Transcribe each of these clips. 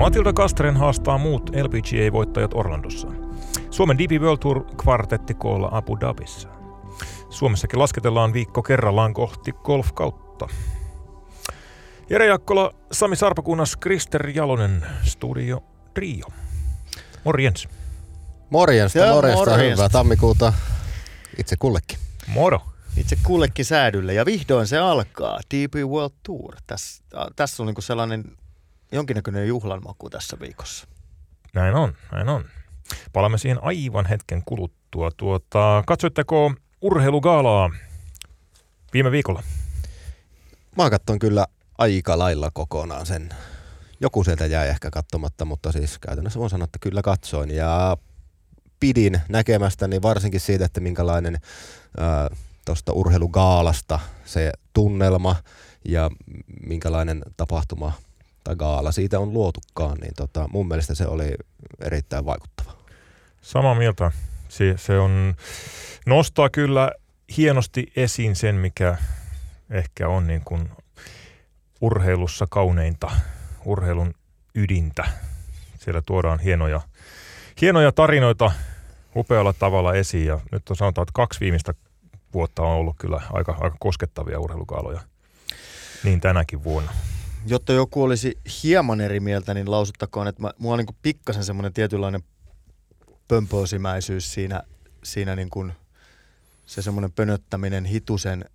Matilda Castren haastaa muut LPGA-voittajat Orlandossa. Suomen DP World Tour kvartetti koolla Abu Dhabissa. Suomessakin lasketellaan viikko kerrallaan kohti golf-kautta. Jere Jakkola, Sami Sarpakunnas, Krister Jalonen, Studio Trio. Morjens. Morjesta. Hyvää tammikuuta itse kullekin. Moro. Itse kullekin säädylle. Ja vihdoin se alkaa. DP World Tour. Tässä on niinku sellainen jonkinnäköinen juhlanmaku tässä viikossa. Näin on. Palaamme siihen aivan hetken kuluttua. Katsoitteko urheilugaalaa viime viikolla? Mä katson kyllä aika lailla kokonaan sen. Joku sieltä jäi ehkä katsomatta, mutta siis käytännössä voin sanoa, että kyllä katsoin. Ja pidin näkemästäni varsinkin siitä, että minkälainen tuosta urheilugaalasta se tunnelma ja minkälainen tapahtuma tai gaala siitä on luotukaan, niin mun mielestä se oli erittäin vaikuttava. Samaa mieltä. Se on, nostaa kyllä hienosti esiin sen, mikä ehkä on niin kuin urheilussa kauneinta, urheilun ydintä. Siellä tuodaan hienoja tarinoita upealla tavalla esiin, ja nyt on sanotaan, että 2 viimeistä vuotta on ollut kyllä aika koskettavia urheilugaaloja, niin tänäkin vuonna. Jotta joku olisi hieman eri mieltä, niin lausuttakoon, että mulla on niin kuin pikkasen semmoinen tietynlainen pömpösimäisyys siinä niin kuin se semmoinen pönöttäminen hitusen.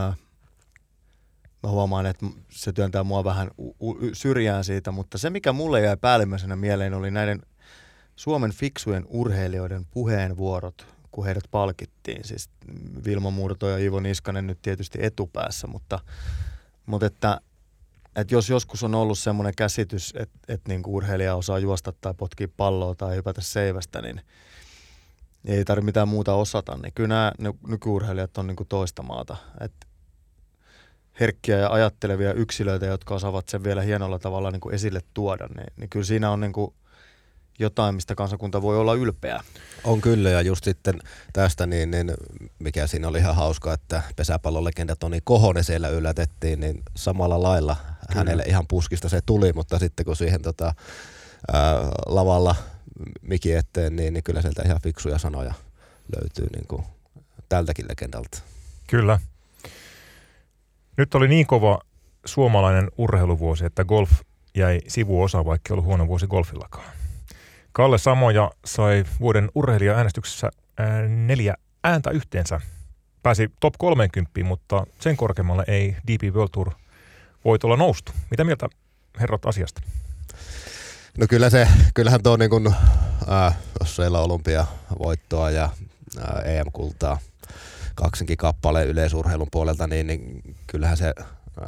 Mä huomaan, että se työntää mua vähän syrjään siitä, mutta se mikä mulle jäi päällimmäisenä mieleen oli näiden Suomen fiksujen urheilijoiden puheenvuorot, kun heidät palkittiin. Siis Vilma Murto ja Iivo Niskanen nyt tietysti etupäässä, mutta että jos joskus on ollut semmoinen käsitys, että niin kuin urheilija osaa juosta tai potkia palloa tai hypätä seivästä, niin ei tarvitse mitään muuta osata. Niin kyllä nämä nykyurheilijat on niin kuin toista maata. Herkkiä ja ajattelevia yksilöitä, jotka osaavat sen vielä hienolla tavalla niin kuin esille tuoda, niin kyllä siinä on niin kuin jotain, mistä kansakunta voi olla ylpeä. On kyllä, ja just sitten tästä, niin mikä siinä oli ihan hauska, että pesäpallolegenda Toni Kohonen siellä yllätettiin, niin samalla lailla kyllä. Hänelle ihan puskista se tuli, mutta sitten kun siihen lavalla miki eteen, niin kyllä sieltä ihan fiksuja sanoja löytyy niin kuin tältäkin legendalta. Kyllä. Nyt oli niin kova suomalainen urheiluvuosi, että golf jäi sivuosaan, vaikka ei ollut huono vuosi golfillakaan. Kalle Samoja sai vuoden urheilija-äänestyksessä 4 ääntä yhteensä. Pääsi top 30, mutta sen korkeammalle ei DP World Tour voitolla noustu. Mitä mieltä herrat asiasta? No kyllähän tuo niin kuin, jos siellä olympiavoittoa ja EM-kultaa kaksinkin kappaleen yleisurheilun puolelta, niin kyllähän se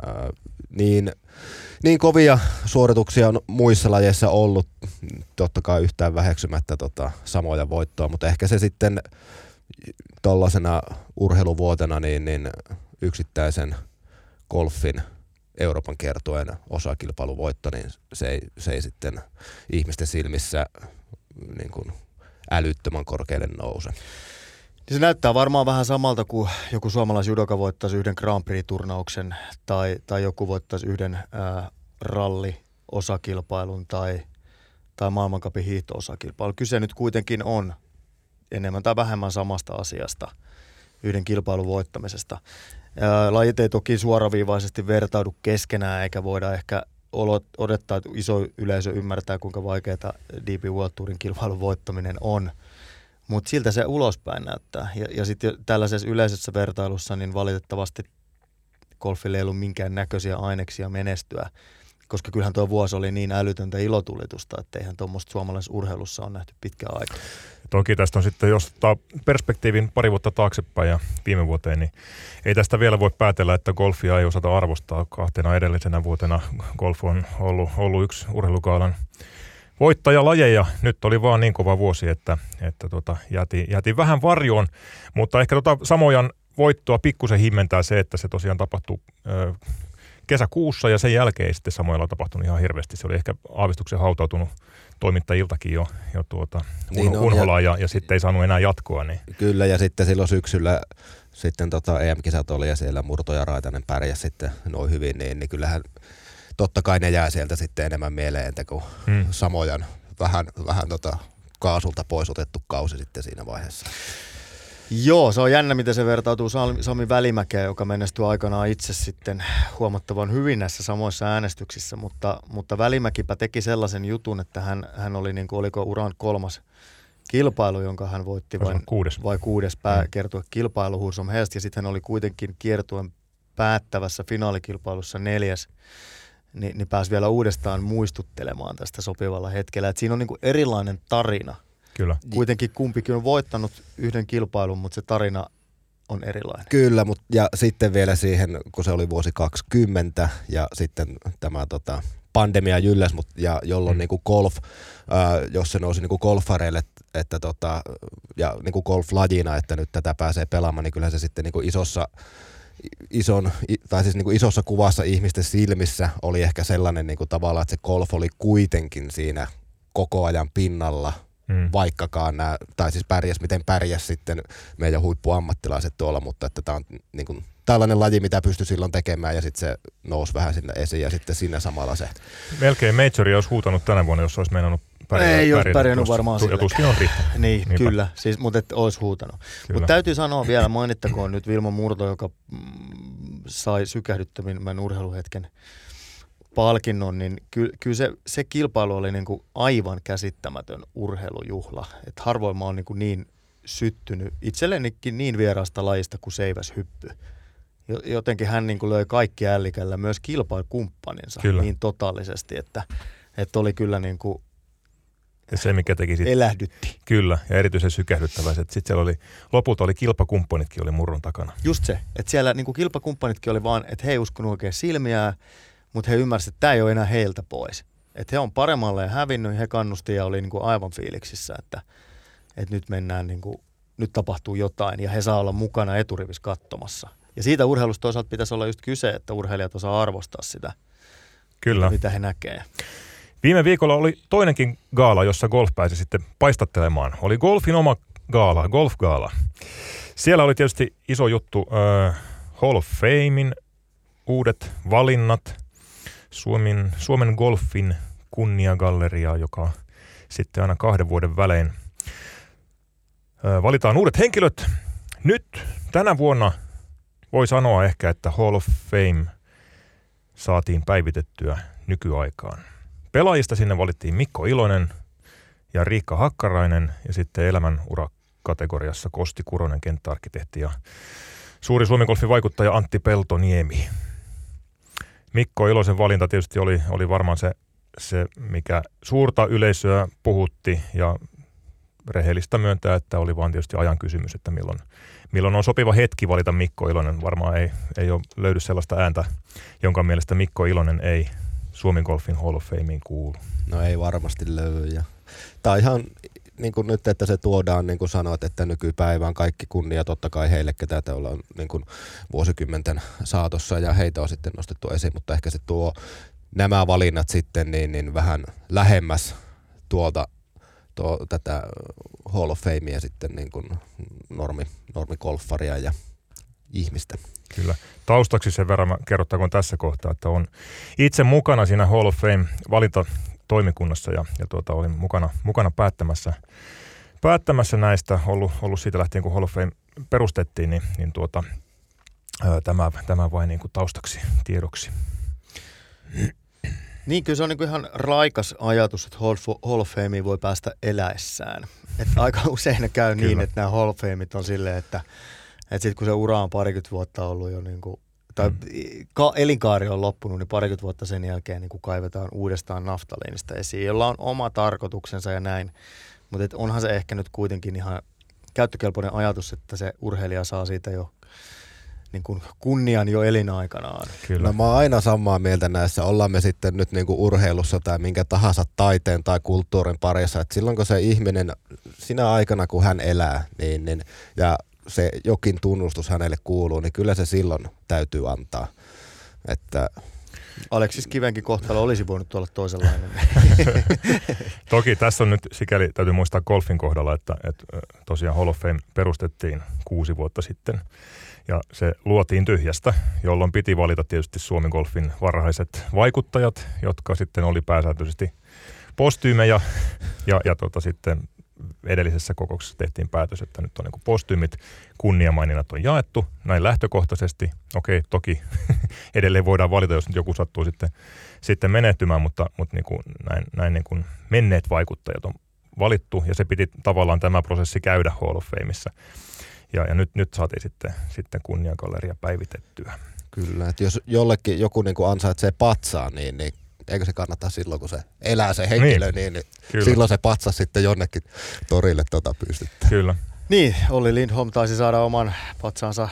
niin kovia suorituksia on muissa lajeissa ollut, totta kai yhtään väheksymättä samoja voittoa, mutta ehkä se sitten tollasena urheiluvuotena niin yksittäisen golfin Euroopan kiertueen osakilpailuvoitto, niin se ei sitten ihmisten silmissä niin kuin älyttömän korkealle nouse. Se näyttää varmaan vähän samalta kuin joku suomalaisjudoka voittaisi yhden Grand Prix-turnauksen tai joku voittaisi yhden ralli-osakilpailun tai maailmancupin hiihto-osakilpailun. Kyse nyt kuitenkin on enemmän tai vähemmän samasta asiasta, yhden kilpailun voittamisesta. Lajit ei toki suoraviivaisesti vertaudu keskenään, eikä voida ehkä odottaa, että iso yleisö ymmärtää, kuinka vaikeaa DP World Tourin kilpailun voittaminen on. Mutta siltä se ulospäin näyttää. Ja sitten tällaisessa yleisessä vertailussa niin valitettavasti golfille ei ollut minkään näköisiä aineksia menestyä, koska kyllähän tuo vuosi oli niin älytöntä ilotulitusta, että eihän tuommoista suomalaisessa urheilussa ole nähty pitkään aikaa. Toki tästä on sitten, jos ottaa perspektiivin pari vuotta taaksepäin ja viime vuoteen, niin ei tästä vielä voi päätellä, että golfia ei osata arvostaa. 2 edellisenä vuotena golf on ollut yksi urheilugaalan voittajalajeja. Nyt oli vaan niin kova vuosi, että jäätiin vähän varjoon, mutta ehkä Samojan voittoa pikkusen himmentää se, että se tosiaan tapahtui kesäkuussa ja sen jälkeen ei sitten Samojalla tapahtunut ihan hirveästi. Se oli ehkä aavistuksen hautautunut toimittajiltakin jo unholaan ja sitten ei saanut enää jatkoa. Niin. Kyllä, ja sitten silloin syksyllä sitten EM-kisat oli ja siellä Murto ja Raitanen pärjäsi sitten noin hyvin, niin kyllähän totta kai ne jää sieltä sitten enemmän mieleen, kuin Samojan vähän kaasulta pois otettu kausi sitten siinä vaiheessa. Joo, se on jännä, miten se vertautuu Sami Välimäkeen, joka menestyi aikanaan itse sitten huomattavan hyvin näissä samoissa äänestyksissä, mutta Välimäkipä teki sellaisen jutun, että hän oli niin kuin, oliko uran 3. kilpailu, jonka hän voitti vai 6. pääkiertuekilpailu Husum Helst, ja sitten hän oli kuitenkin kiertuen päättävässä finaalikilpailussa 4. Niin pääsi vielä uudestaan muistuttelemaan tästä sopivalla hetkellä. Että siinä on niin kuin erilainen tarina. Kyllä. Kuitenkin kumpikin on voittanut yhden kilpailun, mutta se tarina on erilainen. Kyllä, ja sitten vielä siihen, kun se oli vuosi 2020 ja sitten tämä pandemia jylläs, ja jolloin niin kuin golf, jos se nousi niin kuin golfareille, että ja niin kuin golf-lajina, että nyt tätä pääsee pelaamaan, niin kyllä se sitten niin kuin isossa kuvassa ihmisten silmissä oli ehkä sellainen niin kuin tavallaan, että se golf oli kuitenkin siinä koko ajan pinnalla, vaikkakaan tai siis miten pärjäs sitten meidän huippuammattilaiset tuolla, mutta että tämä on niin kuin tällainen laji, mitä pystyi silloin tekemään, ja sitten se nousi vähän sinne esiin, ja sitten siinä samalla se. Melkein majoria olisi huutanut tänä vuonna, jos olisi meinannut pärjätä. Ei olisi pärjännyt varmaan sille. Ja tuskin on riittänyt. Niin, niinpä. Kyllä, siis, mutta et olisi huutanut. Mutta täytyy sanoa vielä, mainittakoon nyt Vilma Murto, joka sai sykähdyttävimmän urheiluhetken palkinnon, niin kyllä se kilpailu oli niin kuin aivan käsittämätön urheilujuhla. Et harvoin mä oon niin syttynyt itsellenikin niin vieraasta lajista kuin seiväshyppy. Jotenkin hän niin kuin löi kaikki ällikällä, myös kilpailukumppaninsa niin totaalisesti, että oli kyllä niin kuin ja se, mikä teki sit, elähdytti. Kyllä, ja erityisen sykähdyttävä. Sitten siellä lopulta oli kilpakumppanitkin oli Murron takana. Just se, että siellä niin kuin kilpakumppanitkin oli vaan, että he ei uskonut oikein silmiään, mutta he ymmärsivät, että tämä ei ole enää heiltä pois. Että he on paremmalle ja hävinnyt, he kannusti ja oli niin kuin aivan fiiliksissä, että nyt mennään, niin kuin, nyt tapahtuu jotain ja he saa olla mukana eturivissä katsomassa. Ja siitä urheilusta toisaalta pitäisi olla just kyse, että urheilijat osaa arvostaa sitä, kyllä, mitä he näkee. Viime viikolla oli toinenkin gaala, jossa golf pääsi sitten paistattelemaan. Oli golfin oma gaala, golf-gaala. Siellä oli tietysti iso juttu Hall of Famein uudet valinnat, Suomen golfin kunniagalleria, joka sitten aina 2 vuoden välein valitaan uudet henkilöt. Nyt tänä vuonna voi sanoa ehkä, että Hall of Fame saatiin päivitettyä nykyaikaan. Pelaajista sinne valittiin Mikko Ilonen ja Riikka Hakkarainen ja sitten elämänurakategoriassa Kosti Kuronen, kenttäarkkitehti ja suuri Suomen golfin vaikuttaja Antti Peltoniemi. Mikko Ilosen valinta tietysti oli varmaan se, mikä suurta yleisöä puhutti ja rehellistä myöntää, että oli vaan tietysti ajan kysymys, että milloin on sopiva hetki valita Mikko Ilonen. Varmaan ei ole löydy sellaista ääntä, jonka mielestä Mikko Ilonen ei Suomen golfin Hall of Fameen kuulu. No ei varmasti löydy. Tämä on ihan niin kuin nyt, että se tuodaan, niin kuin sanoit, että nykypäivään kaikki kunnia totta kai heille, ketä te ollaan niin kuin vuosikymmenten saatossa ja heitä on sitten nostettu esiin, mutta ehkä se tuo nämä valinnat sitten niin vähän lähemmäs tätä Hall of Famea sitten niin kuin normigolfaria ja ihmistä. Kyllä. Taustaksi sen verran kerrottakoon tässä kohtaa, että on itse mukana siinä Hall of Fame valintatoimikunnassa ja olin mukana päättämässä näistä, ollut siitä lähtien kun Hall of Fame perustettiin, niin tämä vain niin kuin taustaksi tiedoksi. Niin, kyllä se on niin kuin ihan raikas ajatus, että Hall of Fameen voi päästä eläessään. Että aika usein käy niin, että nämä Hall of Fameit on silleen, että sitten kun se ura on 20 vuotta ollut jo, niin kuin, tai elinkaari on loppunut, niin 20 vuotta sen jälkeen niin kuin kaivetaan uudestaan naftaliinista esiin, jolla on oma tarkoituksensa ja näin. Mutta onhan se ehkä nyt kuitenkin ihan käyttökelpoinen ajatus, että se urheilija saa siitä jo niin kuin kunnian jo elinaikanaan. Kyllä. No, mä oon aina samaa mieltä näissä. Ollaan me sitten nyt niin kuin urheilussa tai minkä tahansa taiteen tai kulttuurin parissa. Et silloin kun se ihminen, sinä aikana kun hän elää, niin ja se jokin tunnustus hänelle kuuluu, niin kyllä se silloin täytyy antaa. Että Aleksis Kivenkin kohtalo olisi voinut olla toisenlainen. Toki tässä on nyt, sikäli täytyy muistaa golfin kohdalla, että tosiaan Hall of Fame perustettiin 6 vuotta sitten. Ja se luotiin tyhjästä, jolloin piti valita tietysti Suomi Golfin varhaiset vaikuttajat, jotka sitten oli pääsääntöisesti postyymejä. Ja sitten edellisessä kokouksessa tehtiin päätös, että nyt on niin kuin postyymit, kunniamaininnat on jaettu näin lähtökohtaisesti. Okei, toki edelleen voidaan valita, jos nyt joku sattuu sitten menehtymään, mutta niin kuin näin niin kuin menneet vaikuttajat on valittu, ja se piti tavallaan tämä prosessi käydä Hall of Fameissa. Ja nyt saatiin sitten kunniagalleria päivitettyä. Kyllä, että jos jollekin joku niin kuin ansaitsee patsaan, niin eikö se kannata silloin, kun se elää se henkilö, niin silloin se patsas sitten jonnekin torille pystyttää. Kyllä. Niin, Olli Lindholm taisi saada oman patsaansa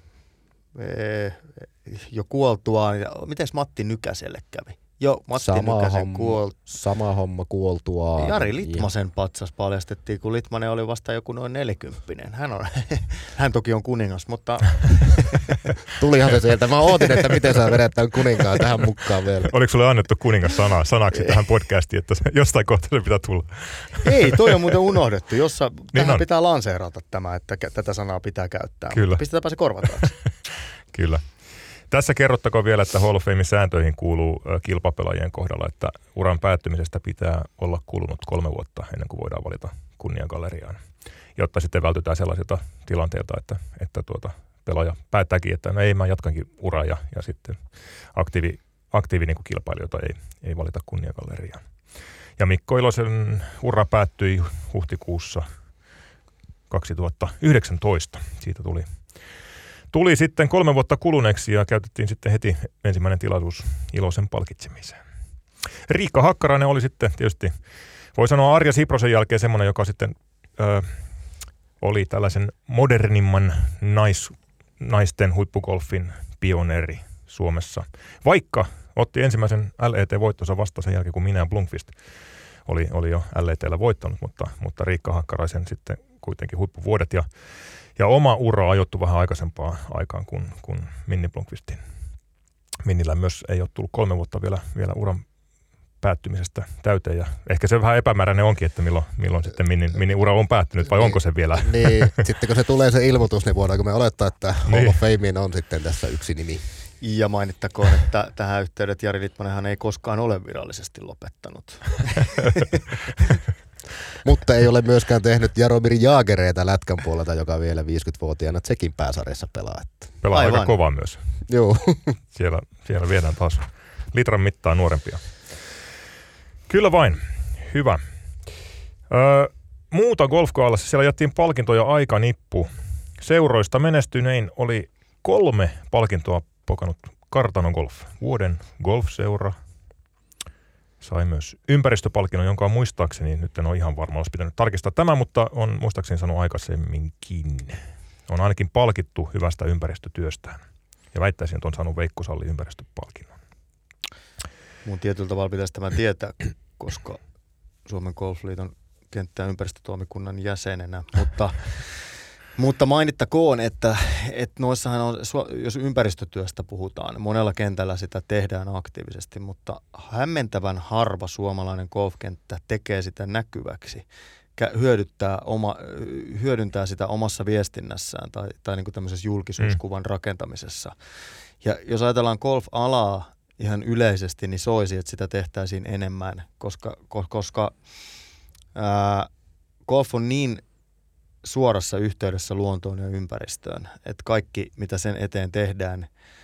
jo kuoltuaan. Mites Matti Nykäselle kävi? Jo, Matti Nykäsen sama homma kuoltuaan. Jari Litmasen patsas paljastettiin, kun Litmanen oli vasta joku noin 40. Hän toki on kuningas, mutta... Tulihan se sieltä. Mä ootin, että miten saa vedä tämän kuninkaan tähän mukaan vielä. Oliko sulle annettu kuningas sanaksi tähän podcastiin, että jostain kohtaa se pitää tulla? Ei, toi on muuten unohdettu. Tähän on. Pitää lanseerata tämä, että tätä sanaa pitää käyttää. Kyllä. Pistetäänpä se korvataaksi. Kyllä. Tässä kerrottakoon vielä, että Hall of Famein sääntöihin kuuluu kilpapelaajien kohdalla, että uran päättymisestä pitää olla kulunut 3 vuotta ennen kuin voidaan valita kunniagalleriaan, jotta sitten vältytään sellaisilta tilanteilta, että pelaaja päättääkin, että no ei, mä jatkankin uraa ja sitten aktiivi niin kuin kilpailijoita ei valita kunniagalleriaan. Ja Mikko Ilosen ura päättyi huhtikuussa 2019. Siitä tuli sitten 3 vuotta kuluneeksi ja käytettiin sitten heti ensimmäinen tilaisuus Ilosen palkitsemiseen. Riikka Hakkarainen oli sitten tietysti, voi sanoa Arja Siprosen jälkeen semmoinen, joka sitten oli tällaisen modernimman naisten huippugolfin pioneeri Suomessa. Vaikka otti ensimmäisen LET-voittonsa vasta sen jälkeen, kun minä ja Blomqvist oli jo LET:llä voittanut, mutta Riikka Hakkaraisen sitten kuitenkin huippuvuodet ja oma ura ajoittui vähän aikaisempaan aikaan kuin Minni Blomqvistin. Minnillä myös ei ole tullut 3 vuotta vielä uran päättymisestä täyteen. Ja ehkä se vähän epämääräinen onkin, että milloin sitten Minnin ura on päättynyt, vai onko se vielä? Niin, sitten kun se tulee se ilmoitus, niin voidaanko me olettaa, että Hall of Fameen on sitten tässä yksi nimi. Ja mainittakoon, että tähän yhteydet Jari Litmanenhan ei koskaan ole virallisesti lopettanut. Mutta ei ole myöskään tehnyt Jaromir Jaagereita lätkän puolelta, joka vielä 50-vuotiaana Tsekin pääsarjassa pelaa. Pelaa aika kovaa myös. Joo. Siellä viedään taas litran mittaa nuorempia. Kyllä vain. Hyvä. Muuta golfkaalassa siellä jättiin palkintoja aikanippu. Seuroista menestynein oli 3 palkintoa pokanut Kartano Golf. Vuoden golfseura sai myös ympäristöpalkinnon, jonka muistaakseni, nyt en ole ihan varma, olisi pitänyt tarkistaa tämä, mutta on muistaakseni sanonut aikaisemminkin. On ainakin palkittu hyvästä ympäristötyöstään. Ja väittäisin, että on saanut Veikko Salli ympäristöpalkinnon. Mun tietyllä tavalla pitäisi tämä tietää, koska Suomen Golfliiton kenttä- ja ympäristötoimikunnan jäsenenä, mutta mainittakoon, että noissahan on, jos ympäristötyöstä puhutaan, monella kentällä sitä tehdään aktiivisesti, hämmentävän harva suomalainen golfkenttä tekee sitä näkyväksi, hyödyntää sitä omassa viestinnässään tai niin kuin tämmöisessä julkisuuskuvan rakentamisessa. Ja jos ajatellaan golf-alaa ihan yleisesti, niin soisi, että sitä tehtäisiin enemmän, koska golf on niin suorassa yhteydessä luontoon ja ympäristöön, että kaikki, mitä sen eteen tehdään,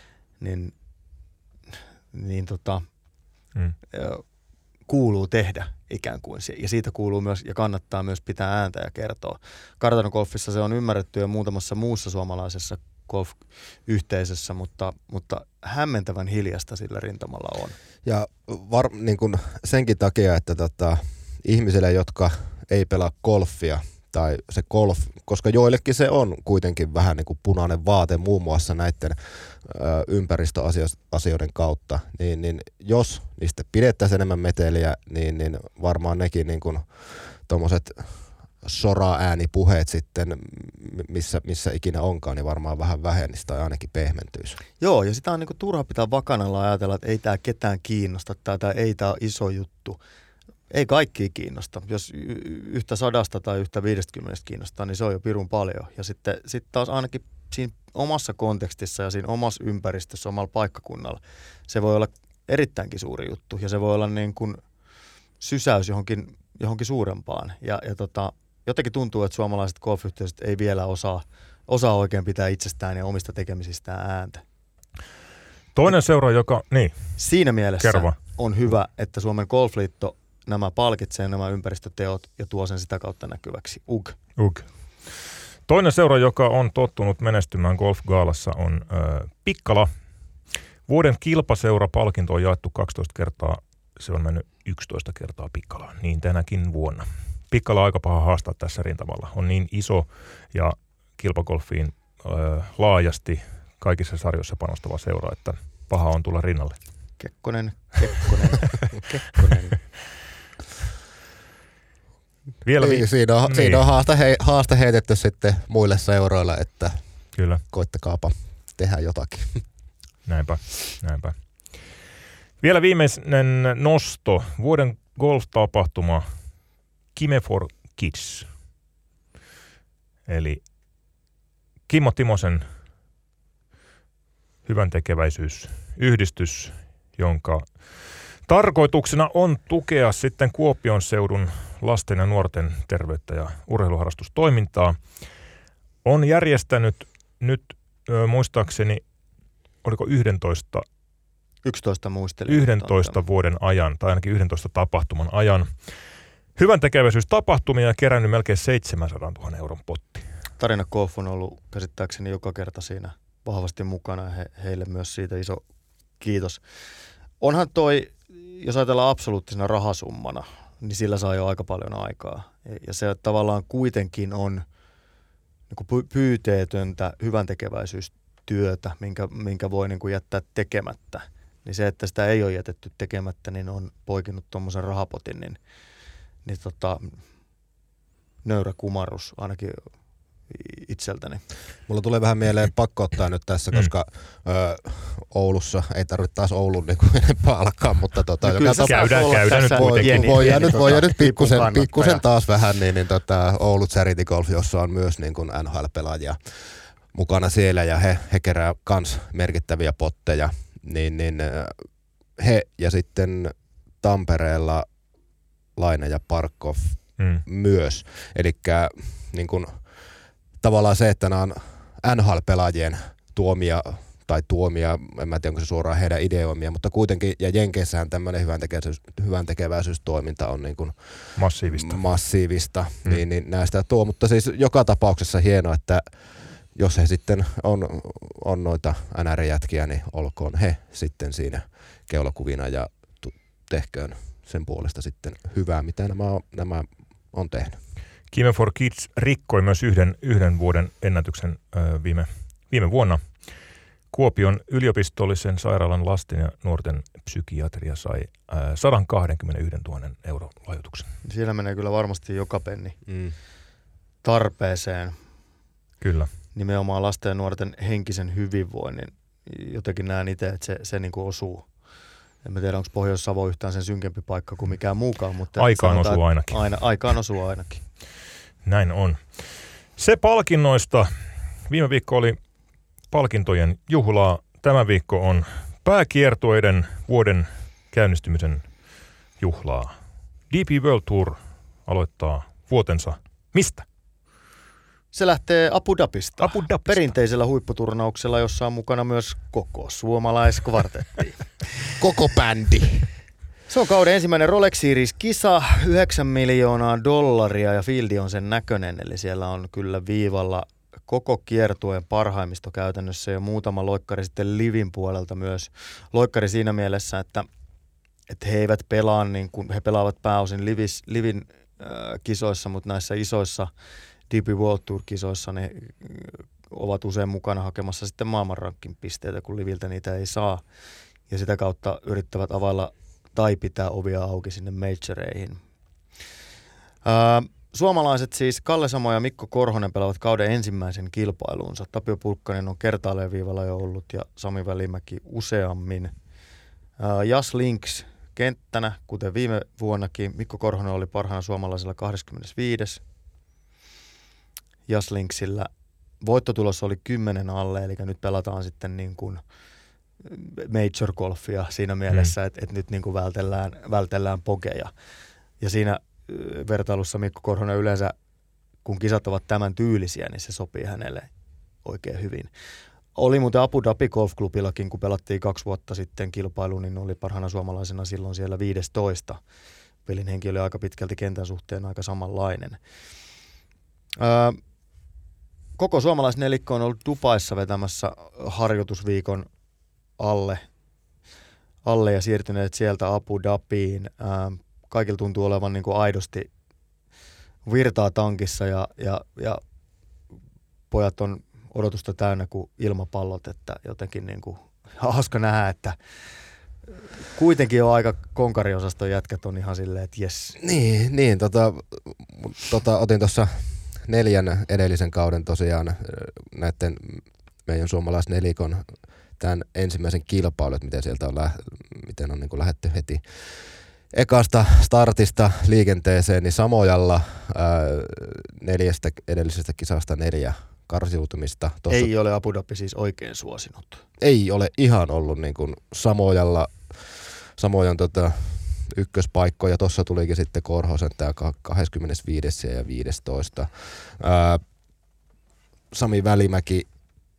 kuuluu tehdä ikään kuin. Ja siitä kuuluu myös ja kannattaa myös pitää ääntä ja kertoa. Kartano Golfissa se on ymmärretty jo muutamassa muussa suomalaisessa golf-yhteisössä, mutta hämmentävän hiljasta sillä rintamalla on. Ja niin kuin senkin takia, että ihmisille, jotka ei pelaa golfia, tai se golf, koska joillekin se on kuitenkin vähän niin kuin punainen vaate muun muassa näiden ympäristöasioiden kautta, niin jos niistä pidettäisiin enemmän meteliä, niin varmaan nekin niin kuin tommoset sora-äänipuheet sitten, missä ikinä onkaan, niin varmaan vähän vähennisi tai ainakin pehmentyisi. Joo, ja sitä on niin kuin turha pitää vakanalla ajatella, että ei tämä ketään kiinnosta tai ei tämä ole iso juttu. Ei kaikkia kiinnosta. Jos yhtä 100 tai yhtä 50 kiinnostaa, niin se on jo pirun paljon. Ja sitten taas ainakin siinä omassa kontekstissa ja siinä omassa ympäristössä, omalla paikkakunnalla, se voi olla erittäinkin suuri juttu ja se voi olla niin kuin sysäys johonkin suurempaan. Ja jotenkin tuntuu, että suomalaiset golfyhteisöt ei vielä osaa oikein pitää itsestään ja omista tekemisistään ääntä. Toinen seura, joka... Niin. Siinä mielessä Kerro. On hyvä, että Suomen Golfliitto nämä palkitsee nämä ympäristöteot ja tuo sen sitä kautta näkyväksi. UG. Toinen seura, joka on tottunut menestymään golfgaalassa, on Pikkala. Vuoden kilpaseura-palkinto on jaettu 12 kertaa. Se on mennyt 11 kertaa Pikkalaan, niin tänäkin vuonna. Pikkala on aika paha haastaa tässä rintamalla. On niin iso ja kilpagolfiin laajasti kaikissa sarjoissa panostava seura, että paha on tulla rinnalle. Kekkonen. Vielä siinä on haaste heitetty sitten muille seuroille, että kyllä. Koittakaapa tehdä jotakin. Näinpä. Vielä viimeinen nosto. Vuoden golf-tapahtuma Kime for Kids. Kimmo Timosen hyväntekeväisyysyhdistys, jonka tarkoituksena on tukea sitten Kuopion seudun lasten ja nuorten terveyttä ja urheiluharrastustoimintaa. On järjestänyt nyt muistaakseni, oliko 11 vuoden ajan, tai ainakin 11 tapahtuman ajan, hyväntekeväisyystapahtumia ja kerännyt melkein 700 000 euron potti. Tarina Golf on ollut käsittääkseni joka kerta siinä vahvasti mukana ja heille myös siitä iso kiitos. Onhan toi, jos ajatellaan absoluuttisena rahasummana, niin sillä saa jo aika paljon aikaa. Ja se tavallaan kuitenkin on niin kuin pyyteetöntä hyväntekeväisyystyötä, minkä voi niin kuin jättää tekemättä. Niin se, että sitä ei ole jätetty tekemättä, niin on poikinut tuommoisen rahapotin, niin nöyrä kumarrus ainakin itseltäni. Mulla tulee vähän mieleen pakko ottaa nyt tässä, koska Oulussa ei tarvitse taas Oulun niin enempää alkaa, mutta käydään nyt kuitenkin. Voidaan nyt pikkusen taas vähän, niin Oulu Charity Golf, jossa on myös niin kuin NHL-pelaajia mukana siellä ja he kerää kans merkittäviä potteja, niin he ja sitten Tampereella Laine ja Parkov myös. Elikkä niin kuin tavallaan se, että nämä on NHL-pelaajien tuomia, en mä tiedä, onko se suoraan heidän ideoimia, mutta kuitenkin, ja Jenkeissähän tämmöinen hyväntekeväisyystoiminta on niin kuin massiivista niin näistä tuo, mutta siis joka tapauksessa hienoa, että jos he sitten on noita NR-jätkiä, niin olkoon he sitten siinä keulakuvina ja tehköön sen puolesta sitten hyvää, mitä nämä on tehnyt. Kime for Kids rikkoi myös yhden vuoden ennätyksen viime vuonna. Kuopion yliopistollisen sairaalan lasten ja nuorten psykiatria sai 121 000 euron lahjoituksen. Siellä menee kyllä varmasti joka penni tarpeeseen. Kyllä. Nimenomaan lasten ja nuorten henkisen hyvinvoinnin. Jotenkin näen itse, että se niin kuin osuu. En mä tiedä, onko Pohjois-Savo yhtään sen synkempi paikka kuin mikään muukaan. Mutta aikaan osuu ainakin. Aikaan osuu ainakin. Näin on. Se palkinnoista. Viime viikko oli palkintojen juhlaa. Tämä viikko on pääkiertueiden vuoden käynnistymisen juhlaa. DP World Tour aloittaa vuotensa mistä? Se lähtee Abu Dhabista. Perinteisellä huipputurnauksella, jossa on mukana myös koko suomalaiskvartetti. Koko bändi. Se on kauden ensimmäinen Rolex Series-kisa, $9 miljoonaa ja fieldi on sen näköinen, eli siellä on kyllä viivalla koko kiertueen parhaimmisto käytännössä ja muutama loikkari sitten livin puolelta myös. Loikkari siinä mielessä, että he eivät pelaa niin kuin he pelaavat pääosin livin kisoissa, mutta näissä isoissa DP World Tour-kisoissa ne ovat usein mukana hakemassa sitten maailmanrankin pisteitä, kun liviltä niitä ei saa. Ja sitä kautta yrittävät availla tai pitää ovia auki sinne majoreihin. Suomalaiset siis Kalle Samo ja Mikko Korhonen pelaavat kauden ensimmäisen kilpailuunsa. Tapio Pulkkanen on kertaalleen viivalla jo ollut ja Sami Välimäki useammin. Jas Links kenttänä, kuten viime vuonnakin. Mikko Korhonen oli parhaana suomalaisella 25. Jas Linksillä voittotulos oli 10 alle, eli nyt pelataan sitten niin kuin major golfia siinä mielessä, että nyt niin kuin vältellään pokeja. Ja siinä vertailussa Mikko Korhonen yleensä, kun kisat ovat tämän tyylisiä, niin se sopii hänelle oikein hyvin. Oli muuten Abu Dhabi Golf Clubillakin, kun pelattiin 2 vuotta sitten kilpailu, niin oli parhaana suomalaisena silloin siellä 15. Pelin henki oli aika pitkälti kentän suhteen aika samanlainen. Koko suomalaisnelikko on ollut Dubaissa vetämässä harjoitusviikon alle ja siirtyneet sieltä Abu Dhabiin. Kaikilla tuntuu olevan niin kuin aidosti virtaa tankissa ja pojat on odotusta täynnä kuin ilmapallot, että jotenkin niin kuin hauska nähdä, että kuitenkin on aika konkariosaston jätkät on ihan silleen, että jes. Niin otin tuossa 4 edellisen kauden tosiaan näiden meidän suomalaisnelikon tämän ensimmäisen kilpailun, miten sieltä on, miten on niin kuin lähdetty heti ekasta startista liikenteeseen, niin Samojalla 4 edellisestä kisasta 4 karsiutumista. Ei ole Abu Dhabi siis oikein suosinut. Ei ole ihan ollut niin kuin Samojan ykköspaikkoja. Tuossa tulikin sitten Korhosen tämä 25. ja 15. Sami Välimäki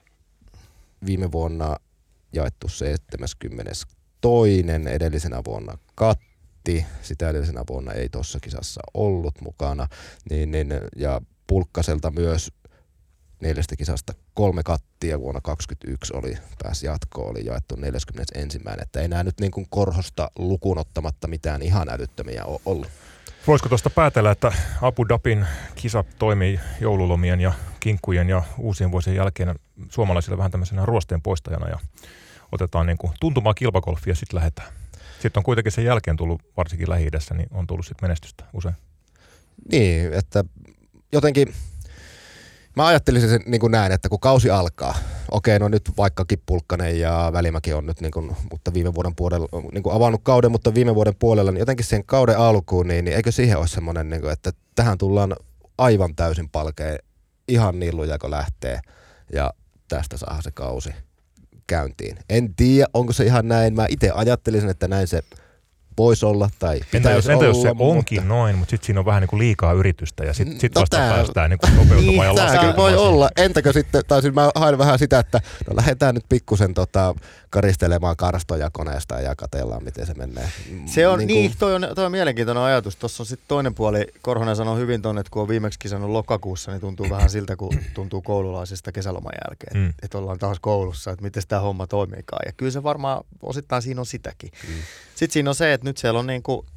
viime vuonna jaettu 72. Edellisenä vuonna Katti. Sitä edellisenä vuonna ei tuossa kisassa ollut mukana. Ja Pulkkaselta myös 4 kisasta 3 kattia vuonna 2021 pääsi jatkoon, oli jaettu 41. Että ei nämä nyt niin kuin Korhosta lukuun ottamatta mitään ihan älyttömiä ole ollut. Voisiko tuosta päätellä, että Abu Dhabin kisat toimii joululomien ja kinkkujen ja uusien vuosien jälkeen suomalaisille vähän tämmöisenä ruosteen poistajana ja otetaan niin kuin tuntumaa kilpagolfia ja sitten lähdetään. Sitten on kuitenkin sen jälkeen tullut, varsinkin Lähi-idässä, niin on tullut sitten menestystä usein. Niin, että jotenkin mä ajattelisin sen niin kuin näin, että kun kausi alkaa, okei, no nyt vaikkakin Pulkkanen ja Välimäki on nyt, niin kuin, mutta viime vuoden puolella, niin kuin avannut kauden, mutta viime vuoden puolella, niin jotenkin sen kauden alkuun, niin eikö siihen ole semmoinen, niin kuin, että tähän tullaan aivan täysin palkeen, ihan nilluja kun lähtee ja tästä saa se kausi käyntiin. En tiedä, onko se ihan näin, mä itse ajattelisin, että näin se voisi olla tai pitäisi olla. Entä jos se onkin noin, mutta sitten siinä on vähän niin kuin liikaa yritystä ja sitten vasta päästään niin nopeutumaan ja laskemaan. Voi olla. Entäkö sitten, tai siis mä hain vähän sitä, että no lähdetään nyt pikkusen karistelemaan karstoja koneesta ja katsellaan, miten se menee. Se on toi on mielenkiintoinen ajatus. Tuossa on sitten toinen puoli. Korhonen sanoi hyvin tuonne, että kun on viimeksi kisannut lokakuussa, niin tuntuu vähän siltä, kun tuntuu koululaisista kesäloman jälkeen. Että ollaan taas koulussa, että miten tämä homma toimiikaan. Ja kyllä se varmaan osittain siinä on sitäkin. Sitten siinä on se, että nyt siellä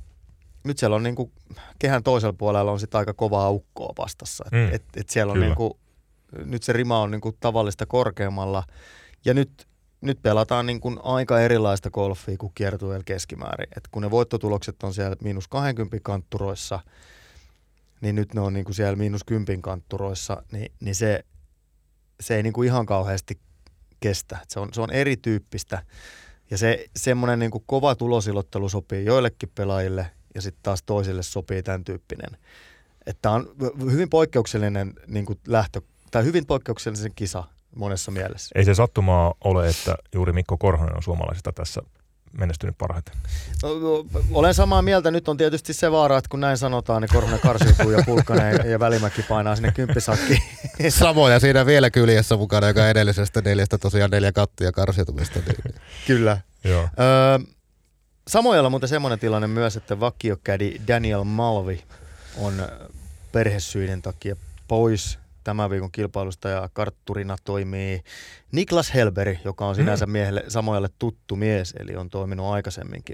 on niinku kehän toisella puolella on sit aika kovaa ukkoa vastassa. Et siellä on niinku, nyt se rima on niinku tavallista korkeammalla ja nyt pelataan niinku aika erilaista golfia kuin kiertueella keskimäärin. Et kun ne voittotulokset on siellä -20 kantturoissa, niin nyt ne on niinku siellä -10 kantturoissa, niin se ei niinku ihan kauheasti kestä. Et se on erityyppistä. Ja se semmoinen niin kuin kova tulosilottelu sopii joillekin pelaajille ja sitten taas toisille sopii tämän tyyppinen. Että on hyvin poikkeuksellinen niin kuin hyvin poikkeuksellinen kisa monessa mielessä. Ei se sattumaa ole, että juuri Mikko Korhonen on suomalaisista tässä menestynyt parhaiten. No, olen samaa mieltä. Nyt on tietysti se vaara, että kun näin sanotaan, niin Korhonen karsiutuu ja Pulkkanen ja Välimäki painaa sinne 10-sakkiin. Samoja siinä vielä kyljessä mukana, joka edellisestä 4 tosiaan 4 kattia karsiutumista. Kyllä. Joo. Samojalla muuten semmoinen tilanne myös, että vakiokädi Daniel Malvi on perhesyiden takia pois tämän viikon kilpailusta ja kartturina toimii Niklas Helberg, joka on sinänsä miehelle Samojalle tuttu mies, eli on toiminut aikaisemminkin,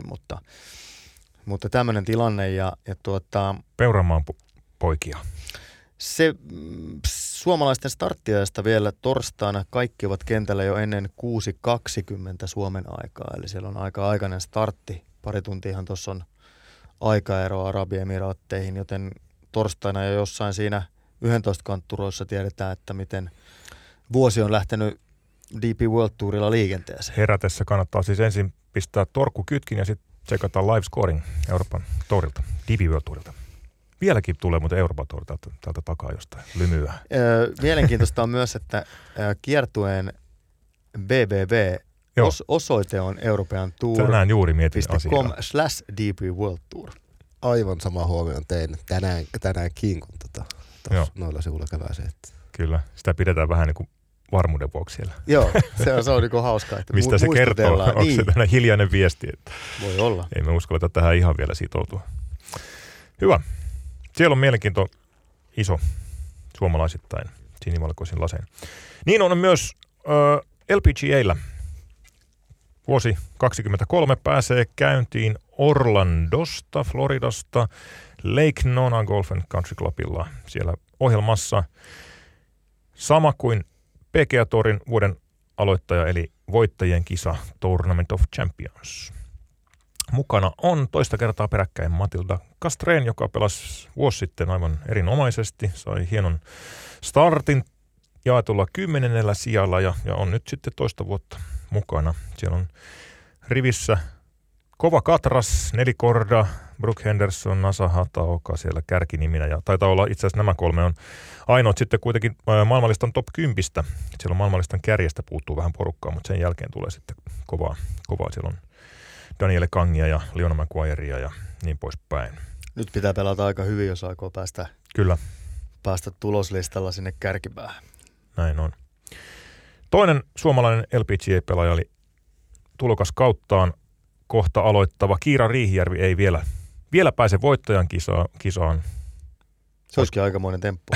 mutta tämmöinen tilanne Peuramaan poikia. Se suomalaisten starttiajasta vielä torstaina kaikki ovat kentällä jo ennen 6.20 Suomen aikaa, eli siellä on aika aikainen startti. Pari tuntiahan tuossa on aikaeroa Arabiemiraatteihin, joten torstaina jo jossain siinä 11 kantturoissa tiedetään, että miten vuosi on lähtenyt DP World Tourilla liikenteeseen. Herätessä kannattaa siis ensin pistää torkku kytkin ja sitten tsekataan live scoring Euroopan tourilta, DP World Tourilta. Vieläkin tulee muuten Euroopan Tour täältä takaa jostain lymyä. Mielenkiintoista on myös, että kiertueen BBB osoite on European Tour. Tänään juuri mietin asiaa. .com/DP World Tour. Aivan sama huomioon tein tänäänkin, kun noilla sivuilla käväsee. Kyllä, sitä pidetään vähän niin kuin varmuuden vuoksi siellä. Joo, se on niin kuin hauskaa. Että mistä se kertoo? Onko niin. se tämmöinen hiljainen viesti? Että voi olla. Ei me uskalleta tähän ihan vielä sitoutua. Hyvä. Siellä on mielenkiinto iso suomalaisittain sinivalkoisin lasein. Niin on myös LPGA:llä. Vuosi 2023 pääsee käyntiin Orlandosta, Floridasta, Lake Nona Golf and Country Clubilla. Siellä ohjelmassa sama kuin PGA Tourin vuoden aloittaja, eli voittajien kisa Tournament of Champions. Mukana on toista kertaa peräkkäin Matilda Castrén, joka pelasi vuosi sitten aivan erinomaisesti. Sai hienon startin jaetulla 10. sijalla ja on nyt sitten toista vuotta mukana. Siellä on rivissä kova katras, Nelikorda, Brooke Henderson, Nasa Hataoka siellä kärkiniminä. Ja taitaa olla itse asiassa nämä 3 on ainoat sitten kuitenkin maailmanlistan top 10. Siellä on maailmanlistan kärjestä puuttuu vähän porukkaa, mutta sen jälkeen tulee sitten kovaa. Siellä on Daniele Kangia ja Leona McGuirea ja niin poispäin. Nyt pitää pelata aika hyvin, jos aikoo päästä tuloslistalla sinne kärkipäähän. Näin on. Toinen suomalainen LPGA-pelaaja oli tulokas kauttaan kohta aloittava Kiira Riihijärvi ei vielä pääse voittajan kisaan. Se olisikin aikamoinen temppu.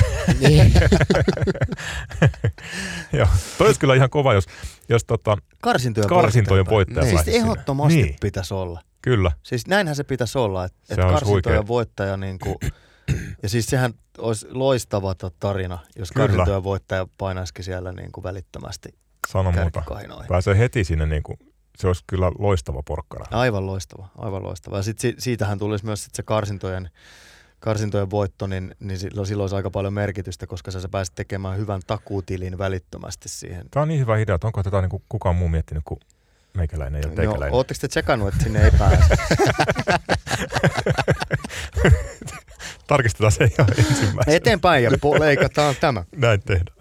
Joo, toi olisi kyllä ihan kova, jos karsintojen voittaja siis pääsisi ehdottomasti niin. Pitäisi olla. Kyllä. Siis näinhän se pitäisi olla, että karsintojen voittaja niinku, ja siis sehän olisi loistava tarina, jos karsintojen voittaja painaisikin siellä niinku välittömästi. Sano muuta. Pääsee heti sinne niinku. Se olisi kyllä loistava porkkana. Aivan loistava. Ja sitten siitähän tulisi myös sit se karsintojen voitto, niin silloin olisi aika paljon merkitystä, koska sä pääsit tekemään hyvän takuutilin välittömästi siihen. Tämä on niin hyvä idea, että onko tätä niin kukaan muu miettinyt kuin meikäläinen ja teikäläinen. No, ootteko te tsekannut, että sinne ei pääse? Tarkistetaan se ihan ensimmäisenä. Eteenpäin ja leikataan tämä. Näin tehdään.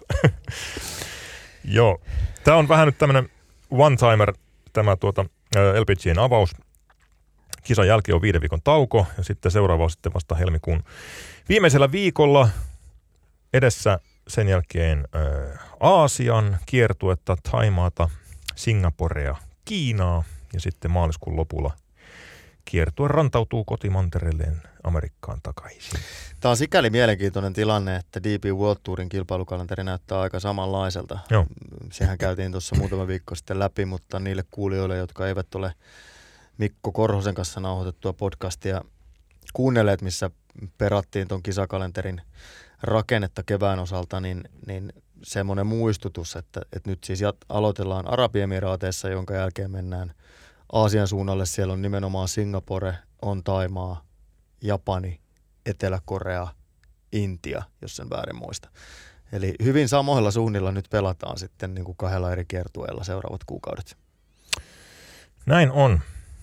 Joo. Tämä on vähän nyt tämmöinen one-timer, tämä LPGA:n avaus. Kisan jälkeen on 5 viikon tauko ja sitten seuraava on sitten vasta helmikuun viimeisellä viikolla edessä sen jälkeen Aasian kiertuetta, Thaimaata, Singaporea, Kiinaa ja sitten maaliskuun lopulla kiertue rantautuu kotimantereelleen Amerikkaan takaisin. Tämä on sikäli mielenkiintoinen tilanne, että DP World Tourin kilpailukalenteri näyttää aika samanlaiselta. Joo. Sehän käytiin tuossa muutama viikko sitten läpi, mutta niille kuulijoille, jotka eivät ole Mikko Korhosen kanssa nauhoitettua podcastia kuunnelleet, missä perattiin tuon kisakalenterin rakennetta kevään osalta, niin semmoinen muistutus, että nyt siis aloitellaan Arabiemiraateissa, jonka jälkeen mennään Aasian suunnalle. Siellä on nimenomaan Singapore, on Thaimaa, Japani, Etelä-Korea, Intia, jos sen väärin muista. Eli hyvin samoilla suunnilla nyt pelataan sitten niin kuin 2 eri kiertueella seuraavat kuukaudet. Näin on.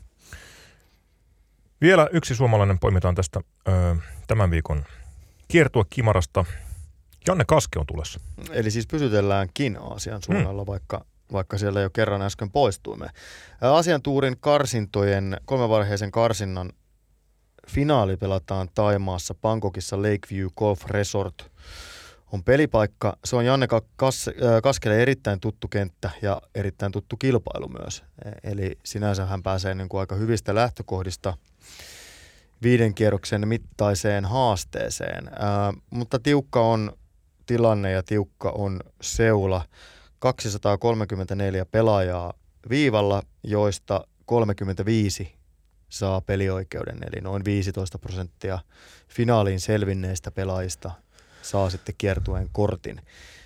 Vielä yksi suomalainen poimitaan tästä tämän viikon kiertuekimarasta. Janne Kaske on tulessa. Eli siis pysytelläänkin Aasian suunnalla, vaikka siellä jo kerran äsken poistuimme. Aasian Tourin karsintojen 3-vaiheisen karsinnan finaali pelataan Thaimaassa Bangkokissa Lakeview Golf Resort. On pelipaikka. Se on Janne Kaskelle erittäin tuttu kenttä ja erittäin tuttu kilpailu myös. Eli sinänsä hän pääsee niin kuin aika hyvistä lähtökohdista 5 kierroksen mittaiseen haasteeseen. Mutta tiukka on tilanne ja tiukka on seula. 234 pelaajaa viivalla, joista 35 saa pelioikeuden, eli noin 15% finaaliin selvinneistä pelaajista saa sitten kiertueen kortin.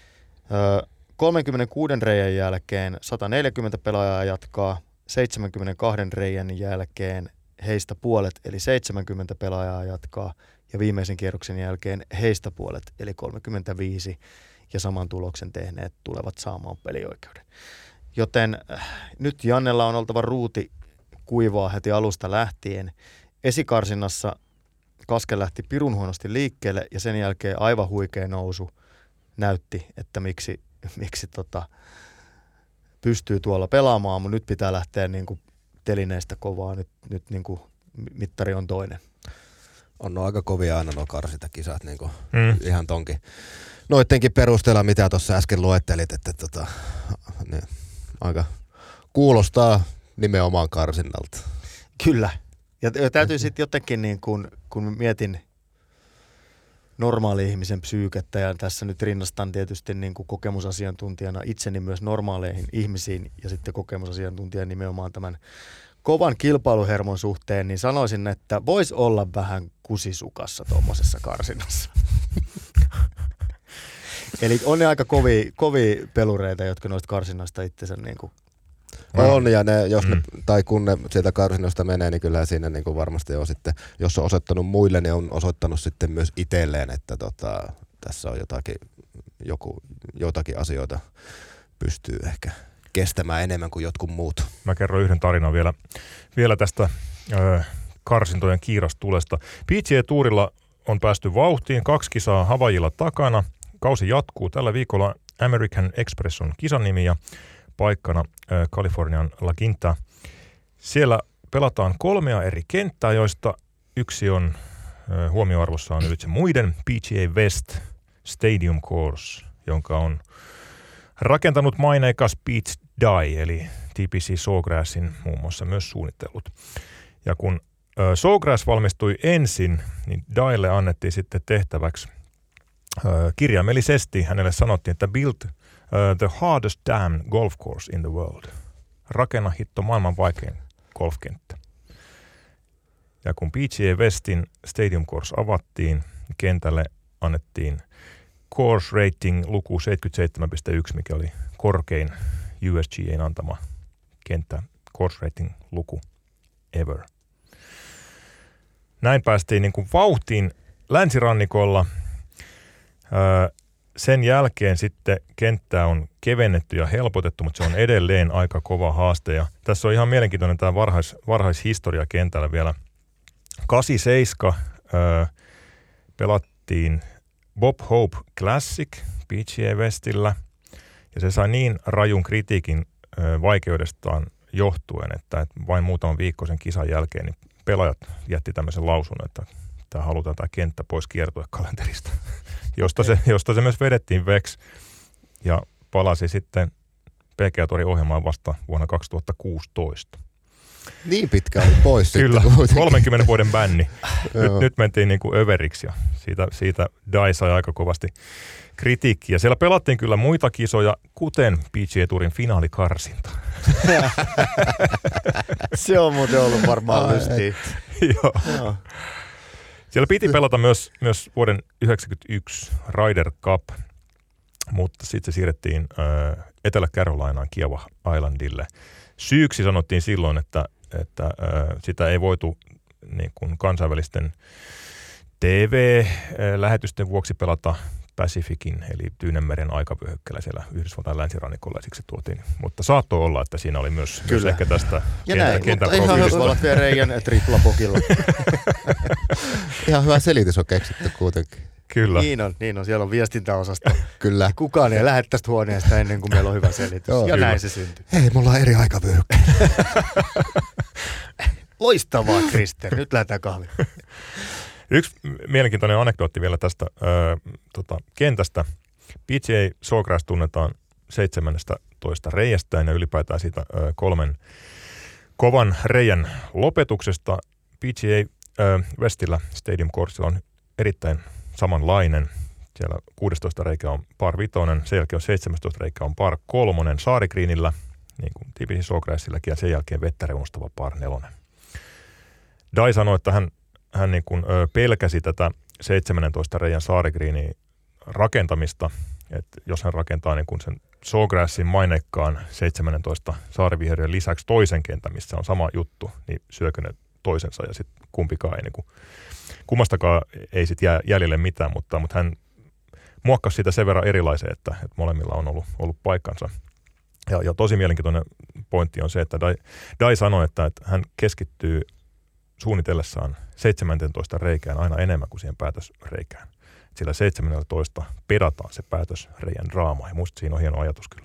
36 reiän jälkeen 140 pelaajaa jatkaa, 72 reiän jälkeen heistä puolet, eli 70 pelaajaa jatkaa, ja viimeisen kierroksen jälkeen heistä puolet, eli 35, ja saman tuloksen tehneet tulevat saamaan pelioikeuden. Joten nyt Jannella on oltava ruuti kuivaa heti alusta lähtien. Esikarsinnassa Kaske lähti pirun huonosti liikkeelle ja sen jälkeen aivan huikea nousu näytti, että miksi pystyy tuolla pelaamaan, mutta nyt pitää lähteä niin kuin telineistä kovaa. Nyt niin kuin mittari on toinen. On aika kovia aina nuo karsintakisat niin kuin ihan tonkin. Noittenkin perusteella, mitä tuossa äsken luettelit, että ne aika kuulostaa nimenomaan karsinnalta. Kyllä. Ja täytyy sitten jotenkin, niin kun mietin normaali-ihmisen psyykettä, ja tässä nyt rinnastan tietysti niin kuin kokemusasiantuntijana itseni myös normaaleihin ihmisiin, ja sitten kokemusasiantuntijan nimenomaan tämän kovan kilpailuhermon suhteen, niin sanoisin, että voisi olla vähän kusisukassa tuommoisessa karsinnassa. Eli on ne aika kovia pelureita, jotka noista karsinnoista itsensä niin kuin on, ja ne, jos ne, tai kun ne sieltä karsinnosta menee, niin kyllä siinä niin kuin varmasti on sitten, jos on osoittanut muille, niin on osoittanut sitten myös itselleen, että tässä on jotakin asioita pystyy ehkä kestämään enemmän kuin jotkut muut. Mä kerron yhden tarinan vielä tästä karsintojen kiirastulesta. PGA-tuurilla on päästy vauhtiin, 2 kisaa Havaijilla takana. Kausi jatkuu. Tällä viikolla American Express on kisan nimi ja paikkana Kalifornian La Quinta. Siellä pelataan 3 eri kenttää, joista yksi on huomioarvossaan ylitse muiden PGA West Stadium Course, jonka on rakentanut maineikas Pete Dye, eli TPC Sawgrassin muun muassa myös suunnitellut. Ja kun Sawgrass valmistui ensin, niin Dyelle annettiin sitten tehtäväksi kirjaimellisesti. Hänelle sanottiin, että build the hardest damn golf course in the world. Rakenna hitto maailman vaikein golfkenttä. Ja kun PGA Westin Stadium Course avattiin, kentälle annettiin course rating luku 77.1, mikä oli korkein USGA:n antama kenttä course rating luku ever. Näin päästiin niin kuin vauhtiin länsirannikolla. Sen jälkeen sitten kenttää on kevennetty ja helpotettu, mutta se on edelleen aika kova haaste. Ja tässä on ihan mielenkiintoinen tämä varhaishistoria kentällä vielä. 87 pelattiin Bob Hope Classic PGA Westillä, ja se sai niin rajun kritiikin vaikeudestaan johtuen, että vain muutaman viikko sen kisan jälkeen niin pelaajat jätti tämmöisen lausunnon, että halutaan tämä kenttä pois kiertuekalenterista, josta se myös vedettiin veksi ja palasi sitten PGA-torin ohjelmaan vasta vuonna 2016. Niin pitkä oli pois. Kyllä, 30 vuoden bänni. Nyt mentiin niin kuin överiksi ja siitä Dye sai aika kovasti kritiikkiä. Siellä pelattiin kyllä muita kisoja, kuten PGA-turin finaalikarsinta. Se on muuten ollut varmaan lystiä. Joo. Siellä piti pelata myös vuoden 1991 Ryder Cup, mutta sitten se siirrettiin Etelä-Carolinaan Kiowa Islandille. Syyksi sanottiin silloin, että sitä ei voitu niin kuin kansainvälisten TV-lähetysten vuoksi pelata Pacificin, eli Tyynenmeren aikavyöhykkeellä siellä Yhdysvaltain länsirannikolla, ja siksi tuotiin. Mutta saattoi olla, että siinä oli myös ehkä tästä kentän profiilista. Yhdysvallat vie reijän triplapokilla. Ihan hyvä selitys on keksitty kuitenkin. Kyllä. Niin on. Siellä on viestintäosasto. Kyllä. Kukaan ei lähde tästä huoneesta ennen kuin meillä on hyvä selitys. Joo, ja kyllä. näin se syntyy. Hei, mulla on eri aikavyöhykkeet. Loistavaa, Krister. Nyt lähdetään kahville. Yksi mielenkiintoinen anekdootti vielä tästä kentästä. PGA Sawgrass tunnetaan 17 reiästään ja ylipäätään siitä 3 kovan reijän lopetuksesta. PGA Westillä Stadium Coursella on erittäin samanlainen. Siellä 16 reikä on par 5, sen jälkeen on 17 reikä on par 3 saarikriinillä, niin kuin TPC Sawgrassillakin, ja sen jälkeen vettä reunustava par 4. Dye sanoi, että hän niin kuin pelkäsi tätä 17 reiän saarikriinin rakentamista, että jos hän rakentaa niin kuin sen Sawgrassin maineikkaan 17 saarivihreiden lisäksi toisen kentän, missä on sama juttu, niin syökö ne toisensa ja sitten kumpikaan ei niin kuin, kummastakaan ei sitten jää jäljelle mitään, mutta hän muokkasi sitä sen verran erilaiseen, että molemmilla on ollut paikkansa. Ja tosi mielenkiintoinen pointti on se, että Dye sanoi, että hän keskittyy suunnitellessaan 17 reikään aina enemmän kuin siihen päätösreikään. Sillä 17 pedataan se päätösreijän draama, ja musta siinä on hieno ajatus kyllä.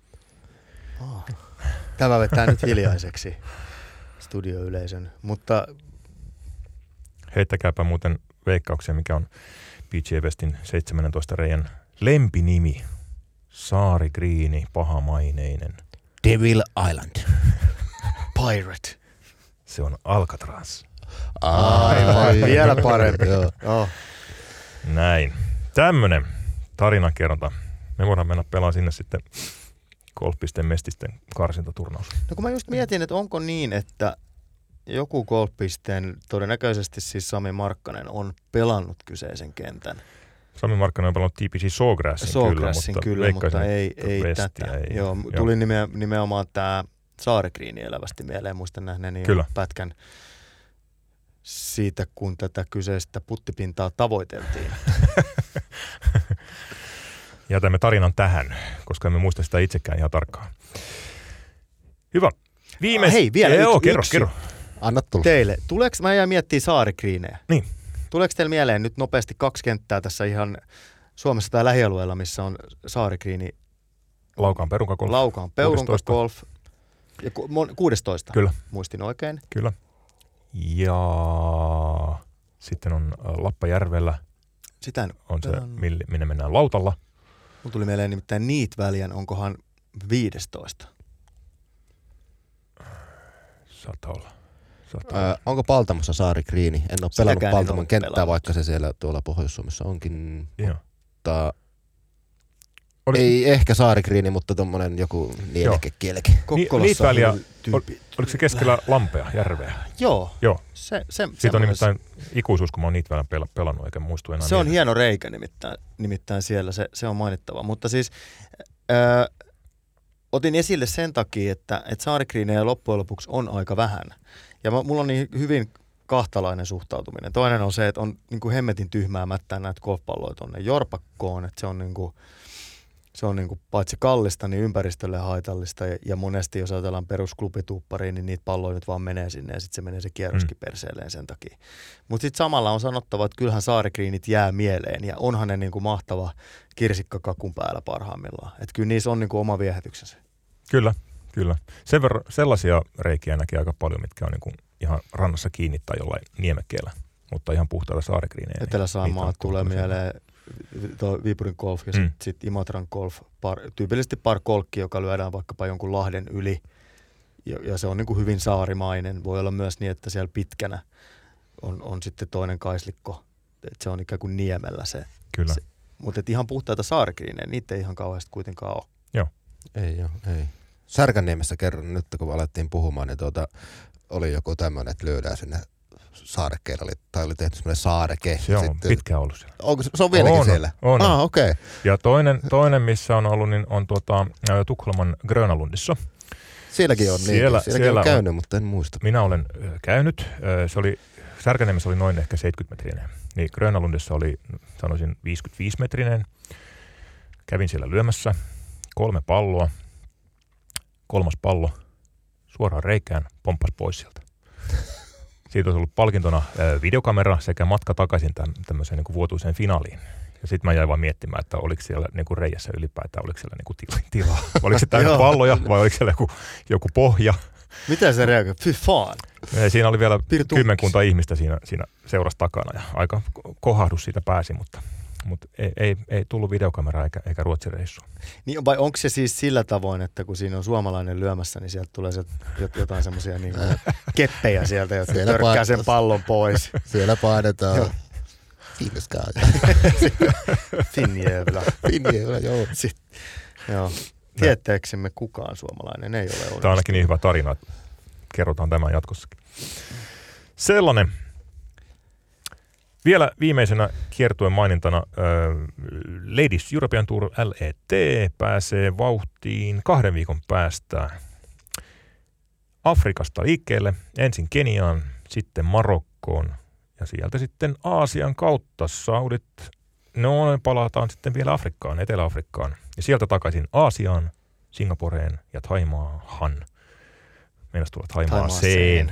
Tämä vetää nyt hiljaiseksi studioyleisön, mutta heittäkääpä muuten veikkauksia, mikä on PGA Westin 17 reijän lempinimi. Saari Greeni, pahamaineinen. Devil Island. Pirate. Se on Alcatraz. Aivan, vielä parempi. Joo. Näin. Tämmönen tarinankerronta. Me voidaan mennä pelaamaan sinne sitten golfpisten mestisten karsintaturnaus. No kun mä just mietin, että onko niin, että joku golfpisteen, todennäköisesti siis Sami Markkanen, on pelannut kyseisen kentän. Sami Markkanen on pelannut TPC Sawgrassin kyllä, mutta ei tätä. Ei. Joo, tuli nimenomaan tämä Saari Greeni elävästi mieleen. Muistan nähneeni jo pätkän siitä, kun tätä kyseistä puttipintaa tavoiteltiin. Jätämme tarinan tähän, koska emme muista sitä itsekään ihan tarkkaan. Hyvä. Hei, vielä yksi. Kerro. Anna tulla. Teille, mä jäin miettimään Saari Greenejä. Niin. Tuleeko teille mieleen nyt nopeasti 2 kenttää tässä ihan Suomessa tai lähialueella, missä on Saari Greeni? Laukaan Perunkagolf. Laukaan Perunkagolf. Ja 16. Kyllä. Muistin oikein. Kyllä. Ja sitten on Lappajärvellä. Sitä on se, minne mennään lautalla. Mun tuli mieleen nimittäin Niitväljän, onkohan 15? Saattaa olla. Onko Paltamossa Saari Greeni? En ole pelannut Paltamon kenttää, vaikka se siellä tuolla Pohjois-Suomessa onkin. Mutta ei ehkä Saari Greeni, mutta tommonen joku nielekekieleke. Niitväliä, oliko se keskellä Lampea, järveä? Joo. Siitä on nimittäin ikuisuus, kun mä oon Niitvälän pelannut, eikä muistu enää. Se on hieno reikä nimittäin siellä, se on mainittava. Mutta siis otin esille sen takia, että Saari Greenejä loppujen lopuksi on aika vähän. Ja mulla on niin hyvin kahtalainen suhtautuminen. Toinen on se, että on niin kuin hemmetin tyhmää mättää näitä golfpalloja tuonne jorpakkoon, että se on niin kuin paitsi kallista, niin ympäristölle haitallista ja monesti jos ajatellaan perusklubituuppariin, niin niitä palloja nyt vaan menee sinne ja sitten se menee se kierroskin perseelleen sen takia. Mutta sitten samalla on sanottava, että kyllähän Saari Greenit jää mieleen ja onhan ne niin kuin mahtava kirsikka kakun päällä parhaimmillaan. Että kyllä niissä on niin kuin oma viehätyksensä. Kyllä. Sen verran sellaisia reikiä näkee aika paljon, mitkä on niin kuin ihan rannassa kiinni tai jollain niemekkeellä, mutta ihan puhtailla Saari Greenejä. Etelä-Saamaat tulee mieleen Viipurin golf ja sitten Imatran golf, tyypillisesti par kolkki, joka lyödään vaikkapa jonkun lahden yli ja se on niin kuin hyvin saarimainen. Voi olla myös niin, että siellä pitkänä on sitten toinen kaislikko, että se on ikään kuin niemellä se. Kyllä. Mutta ihan puhtaita saarikriinejä, niitä ei ihan kauheasti kuitenkaan ole. Joo. Ei. Särkänniemessä kerran nyt, kun alettiin puhumaan, niin oli joku tämmöinen, että lyödään sinne saarekkeella, tai oli tehty semmoinen saareke. Se on sitten pitkään ollut siellä. Onko se on vieläkin siellä? On. Okei. Ja toinen, missä on ollut, niin on Tukholman Grönalundissa. Sielläkin on siellä on käynyt, mutta en muista. Minä olen käynyt. Se oli, Särkänniemessä oli noin ehkä 70-metrinen. Niin Grönalundissa oli, sanoisin, 55-metrinen. Kävin siellä lyömässä 3 palloa. 3. pallo suoraan reikään, pomppas pois sieltä. Siitä olisi ollut palkintona videokamera sekä matka takaisin tämmöiseen niin kuin vuotuiseen finaaliin. Ja sitten mä jäin vaan miettimään, että oliko siellä niin kuin reijässä ylipäätään, oliko siellä niin kuin tilaa. Oliko se täynnä palloja vai oliko siellä joku pohja. Mitä se reagoi? Fy fan. Siinä oli vielä 10 ihmistä siinä seurassa takana ja aika kohahdus siitä pääsi, mutta ei tullut videokameraa eikä Ruotsin-reissua. Niin, vai onko se siis sillä tavoin, että kun siinä on suomalainen lyömässä, niin sieltä tulee jotain semmoisia niin keppejä sieltä, jotka törkkää sen pallon pois. Siellä painetaan Finskää. Finjävlä. Finjävlä, joo. Joo. Tietääksemme kukaan suomalainen ei ole onnistunut. Tämä on ainakin niin hyvä tarina, että kerrotaan tämän jatkossakin. Sellainen. Vielä viimeisenä kiertueen mainintana Ladies European Tour LET pääsee vauhtiin 2 viikon päästä Afrikasta liikkeelle. Ensin Keniaan, sitten Marokkoon ja sieltä sitten Aasian kautta Saudit. No, palataan sitten vielä Afrikkaan, Etelä-Afrikkaan ja sieltä takaisin Aasiaan, Singaporeen ja Thaimaahan. Meinas tulla Thaimaaseen.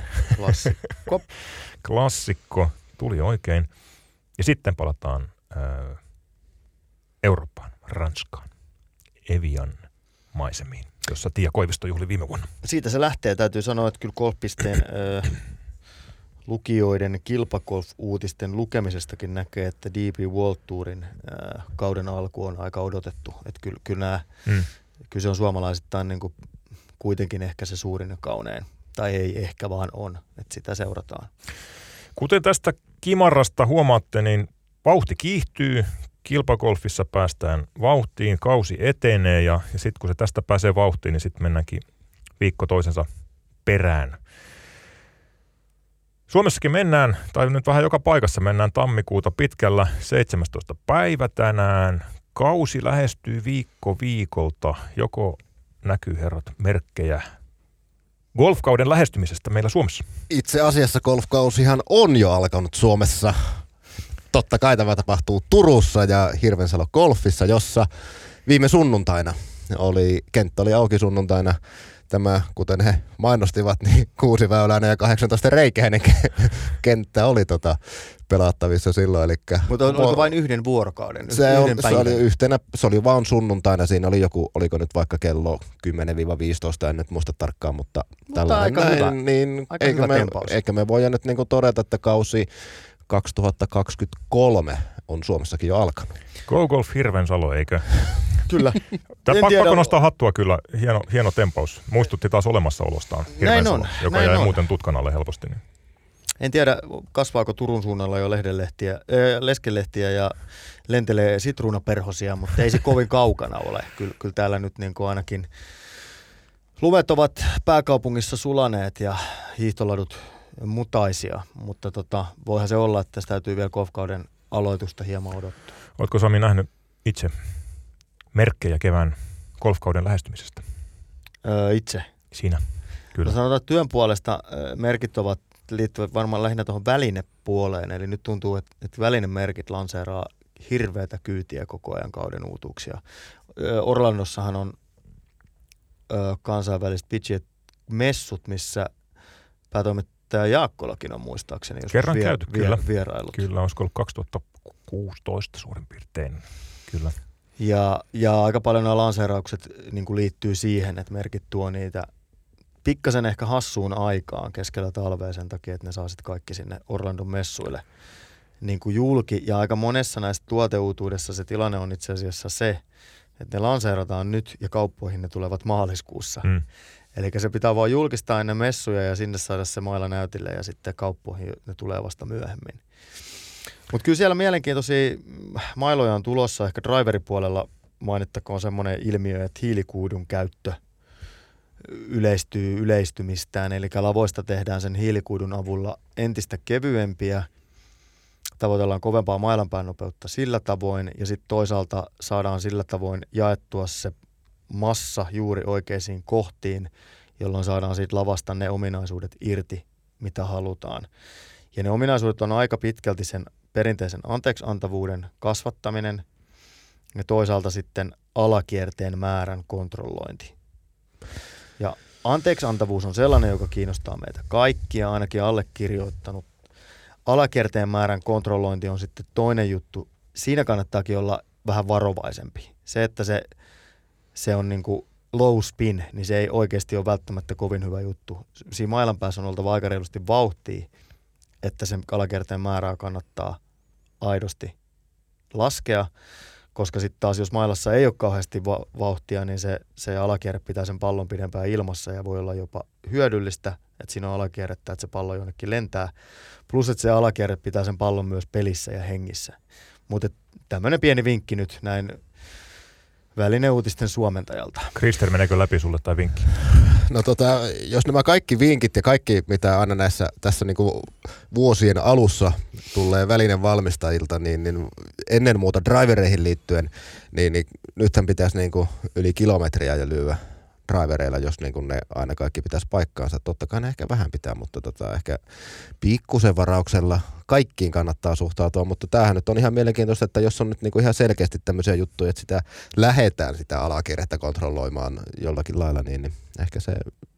Klassikko. Tuli oikein. Ja sitten palataan Eurooppaan, Ranskaan, Evian maisemiin, jossa Tiia Koivisto juhli viime vuonna. Siitä se lähtee. Täytyy sanoa, että kyllä Golfpisteen lukijoiden kilpakolf-uutisten lukemisestakin näkee, että DP World Tourin kauden alku on aika odotettu. Että kyllä se on suomalaisittain niin kuin kuitenkin ehkä se suurin ja kaunein. Tai ei ehkä vaan on, että sitä seurataan. Kuten tästä kimarrasta huomaatte, niin vauhti kiihtyy. Kilpagolfissa päästään vauhtiin, kausi etenee ja sitten kun se tästä pääsee vauhtiin, niin sitten mennäänkin viikko toisensa perään. Suomessakin mennään, tai nyt vähän joka paikassa mennään tammikuuta pitkällä, 17. päivä tänään. Kausi lähestyy viikko viikolta. Joko näkyy, herrat, merkkejä golfkauden lähestymisestä meillä Suomessa? Itse asiassa golfkausihan on jo alkanut Suomessa. Totta kai tämä tapahtuu Turussa ja Hirvensalo Golfissa, jossa viime sunnuntaina kenttä oli auki sunnuntaina. Tämä, kuten he mainostivat, niin 6-väyläinen ja 18 reikäinen kenttä oli pelattavissa silloin. Mutta oliko vain yhden vuorokauden? Se oli vaan sunnuntaina. Siinä oli joku, oliko nyt vaikka kello 10-15, en nyt muista tarkkaan, mutta aika hyvä. Niin, aika hyvä tempaus. Eikä me voida nyt niinku todeta, että kausi 2023 on Suomessakin jo alkanut. Go Golf Hirvensalo, eikö? Kyllä. Tämä pakko nostaa hattua kyllä. Hieno tempaus. Muistutti taas olemassaolostaan Hirvensalo, joka jäi muuten tutkan alle helposti. Niin. En tiedä, kasvaako Turun suunnalla jo leskelehtiä ja lentelee sitruunaperhosia, mutta ei se kovin kaukana ole. Kyllä täällä nyt niin kuin ainakin lumet ovat pääkaupungissa sulaneet ja hiihtoladut mutaisia, mutta voihan se olla, että tästä täytyy vielä golfkauden aloitusta hieman odottaa. Oletko, Sami, nähnyt itse merkkejä kevään golfkauden lähestymisestä? Itse. Siinä, kyllä. No sanotaan, että työn puolesta merkit liittyvät varmaan lähinnä tuohon välinepuoleen, eli nyt tuntuu, että välinemerkit lanseeraa hirveätä kyytiä koko ajan kauden uutuuksia. Orlandossahan on kansainväliset PGA-messut, missä päätoimittaja Jaakkolakin on muistaakseni kerran käyty, kyllä. Vierailut. Kyllä, olisiko ollut 2016 suurin piirtein, kyllä. Ja aika paljon nämä lanseeraukset niin kuin liittyy siihen, että merkit tuo niitä pikkasen ehkä hassuun aikaan keskellä talvea sen takia, että ne saa sitten kaikki sinne Orlandon messuille niin kuin julki. Ja aika monessa näistä tuoteuutuudessa se tilanne on itse asiassa se, että ne lanseerataan nyt ja kauppoihin ne tulevat maaliskuussa. Eli se pitää vaan julkistaa ennen messuja ja sinne saada se mailla näytille ja sitten kauppoihin ne tulee vasta myöhemmin. Mutta kyllä siellä mielenkiintoisia mailoja on tulossa. Ehkä driveripuolella mainittakoon semmoinen ilmiö, että hiilikuidun käyttö yleistyy yleistymistään. Eli lavoista tehdään sen hiilikuidun avulla entistä kevyempiä. Tavoitellaan kovempaa mailanpään nopeutta sillä tavoin ja sitten toisaalta saadaan sillä tavoin jaettua se massa juuri oikeisiin kohtiin, jolloin saadaan siitä lavasta ne ominaisuudet irti, mitä halutaan. Ja ne ominaisuudet on aika pitkälti sen perinteisen anteeksiantavuuden kasvattaminen ja toisaalta sitten alakierteen määrän kontrollointi. Ja anteeksiantavuus on sellainen, joka kiinnostaa meitä kaikkia, ainakin allekirjoittanut. Alakierteen määrän kontrollointi on sitten toinen juttu. Siinä kannattaakin olla vähän varovaisempi. Se, että se on niin kuin low spin, niin se ei oikeasti ole välttämättä kovin hyvä juttu. Siinä mailan päässä on oltava aika reilusti vauhtia, että sen alakierteen määrää kannattaa aidosti laskea, koska sitten taas jos mailassa ei ole kauheasti vauhtia, niin se alakierre pitää sen pallon pidempään ilmassa ja voi olla jopa hyödyllistä, että siinä on alakierrettä, että se pallo jonnekin lentää. Plus, että se alakierre pitää sen pallon myös pelissä ja hengissä. Mutta tämmöinen pieni vinkki nyt näin välineuutisten suomentajalta. Krister, meneekö läpi sulle tai vinkki? No jos nämä kaikki vinkit ja kaikki, mitä aina tässä niinku vuosien alussa tulee välinevalmistajilta, niin ennen muuta drivereihin liittyen, niin nythän pitäisi niinku yli kilometriä ja lyödä drivereilla, jos niinku ne aina kaikki pitäisi paikkaansa. Totta kai ne ehkä vähän pitää, mutta ehkä pikkusen varauksella kaikkiin kannattaa suhtautua, mutta tämähän nyt on ihan mielenkiintoista, että jos on nyt niinku ihan selkeästi tämmöisiä juttuja, että sitä lähdetään sitä alakierrettä kontrolloimaan jollakin lailla, niin ehkä se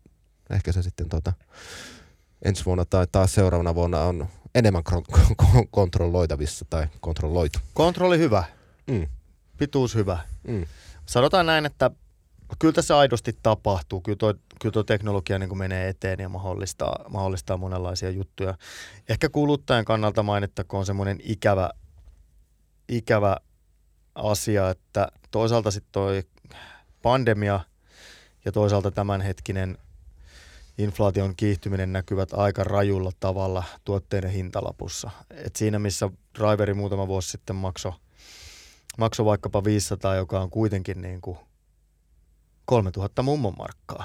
Ehkä se sitten ensi vuonna tai taas seuraavana vuonna on enemmän kontrolloitavissa tai kontrolloitu. Kontrolli hyvä. Pituus hyvä. Sanotaan näin, että kyllä tässä aidosti tapahtuu. Kyllä tuo teknologia niin kuin menee eteen ja mahdollistaa monenlaisia juttuja. Ehkä kuluttajan kannalta mainittakoon semmoinen ikävä asia, että toisaalta sitten toi pandemia ja toisaalta tämänhetkinen inflaation kiihtyminen näkyvät aika rajulla tavalla tuotteiden hintalapussa. Et siinä missä driveri muutama vuosi sitten maksoi vaikkapa 500, joka on kuitenkin niin kuin 3000 mummonmarkkaa.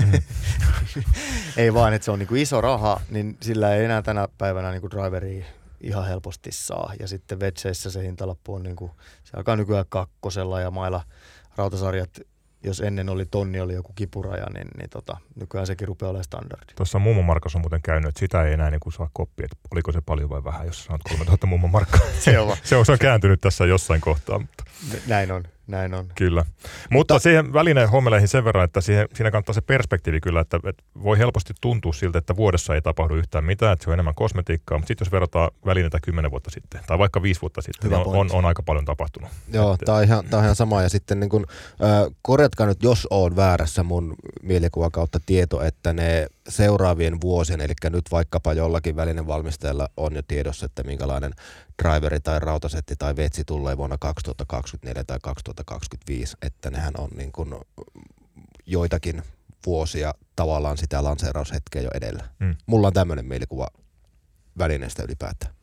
Ei vaan, että se on niin kuin iso raha, niin sillä ei enää tänä päivänä niin kuin driveria ihan helposti saa. Ja sitten vetseissä se hintalappu on, niin kuin, se alkaa nykyään 2 ja mailla rautasarjat, jos ennen oli tonni, oli joku kipuraja, niin nykyään sekin rupeaa olemaan standardi. Tuossa mummonmarkassa on muuten käynyt, että sitä ei enää niin kuin saa koppia, että oliko se paljon vai vähän, jos sanot 3000 mummonmarkkaa. se on kääntynyt tässä jossain kohtaa. Mutta. Näin on. Kyllä. Mutta siihen välineen hommeleihin sen verran, että siinä kannattaa se perspektiivi kyllä, että voi helposti tuntua siltä, että vuodessa ei tapahdu yhtään mitään, että se on enemmän kosmetiikkaa, mutta sitten jos verrataan välineitä 10 vuotta sitten tai vaikka 5 vuotta sitten, niin on aika paljon tapahtunut. Joo, tämä on ihan sama ja sitten niin kun, korjatkaa nyt, jos oon väärässä mun mielikuvan kautta tieto, että ne seuraavien vuosien, eli nyt vaikkapa jollakin välinevalmistajalla on jo tiedossa, että minkälainen driveri tai rautasetti tai vetsi tulee vuonna 2024 tai 2025, että nehän on niin kuin joitakin vuosia tavallaan sitä lanseeraushetkeä jo edellä. Mulla on tämmöinen mielikuva välineestä ylipäätään.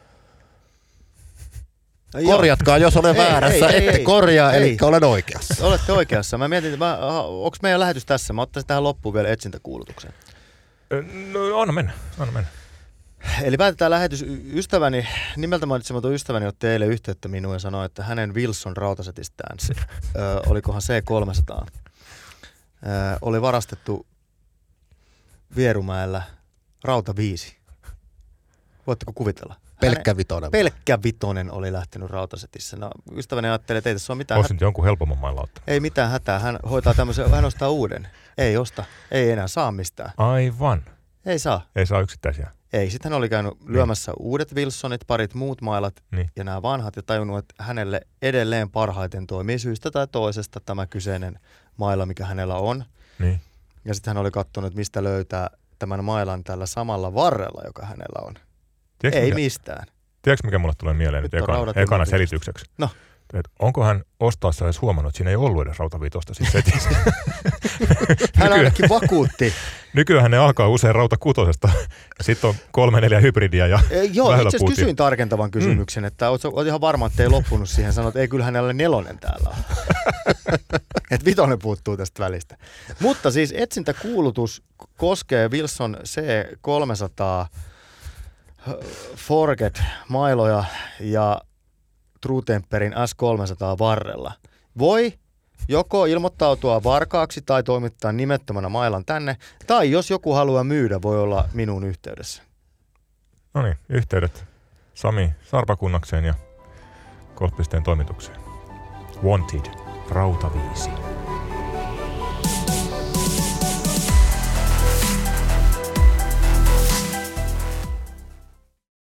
Korjatkaa, jos olen väärässä, ette korjaa, eli olen oikeassa. Olette oikeassa. Mä mietin, onko meidän lähetys tässä? Mä ottaisin tähän loppuun vielä etsintäkuulutuksen. No, anna mennä. Eli päätetään lähetys. Ystäväni, nimeltä mainitsematon ystäväni otti eilen yhteyttä minuun ja sanoi, että hänen Wilson rautasetistään, olikohan C300, oli varastettu Vierumäellä rauta 5. Voitteko kuvitella? Pelkkä vitonen oli lähtenyt rautasetissä. No, ystäväni ajatteli, että ei tässä ole mitään hätää. Olisi nyt jonkun helpomman mailla ottaa. Ei mitään hätää. Hän hoitaa tämmöisen, hän ostaa uuden. Ei osta. Ei enää saa mistään. Aivan. Ei saa. Ei saa yksittäisiä. Ei. Sitten hän oli käynyt lyömässä uudet Wilsonit, parit muut mailat ja nämä vanhat ja tajunnut, että hänelle edelleen parhaiten toimii syystä tai toisesta tämä kyseinen maila, mikä hänellä on. Niin. Ja sitten hän oli katsonut, mistä löytää tämän mailan tällä samalla varrella, joka hänellä on. Ei mistään. Tiedätkö, mikä mulle tulee mieleen nyt ekana selitykseksi? No. Onko hän ostaessa edes huomannut, että siinä ei ollut edes rautavitosta siis setissä? Hän ainakin vakuutti. Nykyään ne alkaa usein rautakutosesta. Sitten on 3-4 hybridiä ja joo, itse asiassa kysyin tarkentavan kysymyksen, että olet ihan varma, että ei loppunut siihen. Sanoit, että ei kyllä hänellä 4 täällä on. Että 5 puuttuu tästä välistä. Mutta siis etsintäkuulutus koskee Wilson C300 Forget mailoja ja True Temperin S300 varrella. Voi joko ilmoittautua varkaaksi tai toimittaa nimettömänä mailan tänne, tai jos joku haluaa myydä, voi olla minun yhteydessä. No niin, yhteydet Sami Sarpakunnakseen ja Golfpisteen toimitukseen. Wanted, rauta 5.